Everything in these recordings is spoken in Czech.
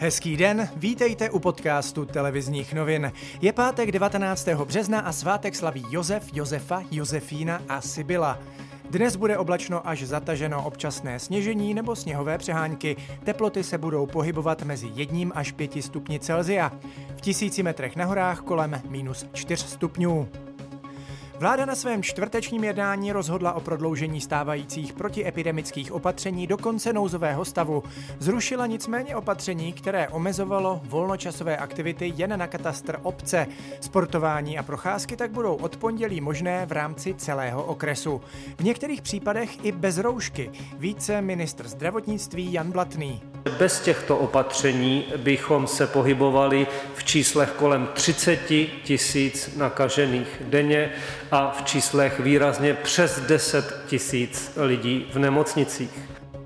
Hezký den, vítejte u podcastu televizních novin. Je pátek 19. března a svátek slaví Josef, Josefa, Josefína a Sibyla. Dnes bude oblačno až zataženo, občasné sněžení nebo sněhové přehánky. Teploty se budou pohybovat mezi 1 až 5 stupni Celsia. V 1000 metrech na horách kolem -4 stupňů. Vláda na svém čtvrtečním jednání rozhodla o prodloužení stávajících protiepidemických opatření do konce nouzového stavu. Zrušila nicméně opatření, které omezovalo volnočasové aktivity jen na katastr obce. Sportování a procházky tak budou od pondělí možné v rámci celého okresu. V některých případech i bez roušky. Více ministr zdravotnictví Jan Blatný. Bez těchto opatření bychom se pohybovali v číslech kolem 30 000 nakažených denně a v číslech výrazně přes 10 000 lidí v nemocnicích.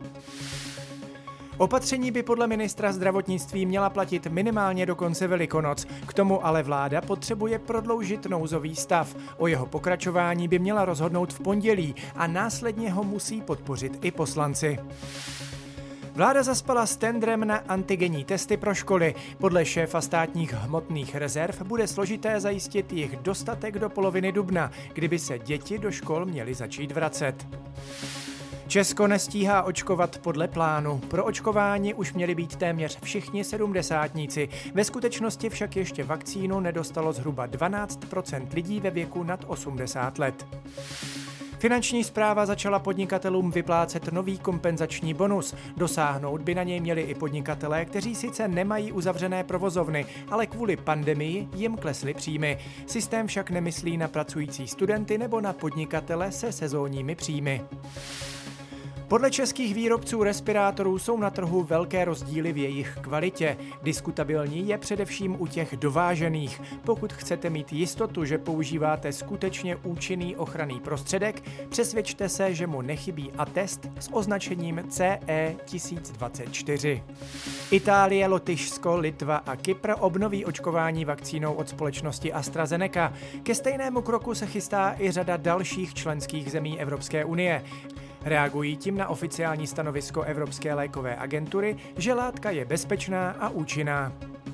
Opatření by podle ministra zdravotnictví měla platit minimálně do konce Velikonoc. K tomu ale vláda potřebuje prodloužit nouzový stav. O jeho pokračování by měla rozhodnout v pondělí a následně ho musí podpořit i poslanci. Vláda zaspala s tendrem na antigenní testy pro školy. Podle šéfa státních hmotných rezerv bude složité zajistit jich dostatek do poloviny dubna, kdyby se děti do škol měly začít vracet. Česko nestíhá očkovat podle plánu. Pro očkování už měli být téměř všichni 70-tníci. Ve skutečnosti však ještě vakcínu nedostalo zhruba 12% lidí ve věku nad 80 let. Finanční správa začala podnikatelům vyplácet nový kompenzační bonus. Dosáhnout by na něj měli i podnikatelé, kteří sice nemají uzavřené provozovny, ale kvůli pandemii jim klesly příjmy. Systém však nemyslí na pracující studenty nebo na podnikatele se sezónními příjmy. Podle českých výrobců respirátorů jsou na trhu velké rozdíly v jejich kvalitě. Diskutabilní je především u těch dovážených. Pokud chcete mít jistotu, že používáte skutečně účinný ochranný prostředek, přesvědčte se, že mu nechybí atest s označením CE 1024. Itálie, Lotyšsko, Litva a Kypr obnoví očkování vakcínou od společnosti AstraZeneca. Ke stejnému kroku se chystá i řada dalších členských zemí Evropské unie. Reagují tím na oficiální stanovisko Evropské lékové agentury, že látka je bezpečná a účinná.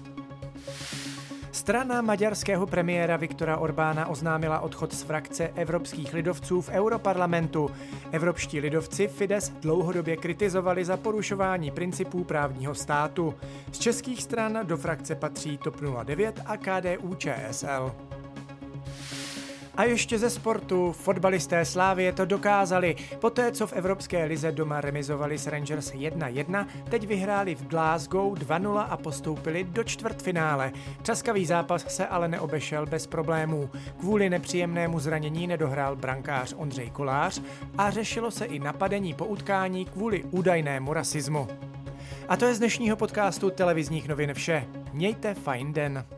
Strana maďarského premiéra Viktora Orbána oznámila odchod z frakce evropských lidovců v Europarlamentu. Evropští lidovci Fidesz dlouhodobě kritizovali za porušování principů právního státu. Z českých stran do frakce patří TOP 09 a KDU-ČSL. A ještě ze sportu. Fotbalisté Slavie to dokázali. Poté, co v Evropské lize doma remizovali s Rangers 1-1, teď vyhráli v Glasgow 2-0 a postoupili do čtvrtfinále. Třaskavý zápas se ale neobešel bez problémů. Kvůli nepříjemnému zranění nedohrál brankář Ondřej Kolář a řešilo se i napadení po utkání kvůli údajnému rasismu. A to je z dnešního podcastu televizních novin vše. Mějte fajn den.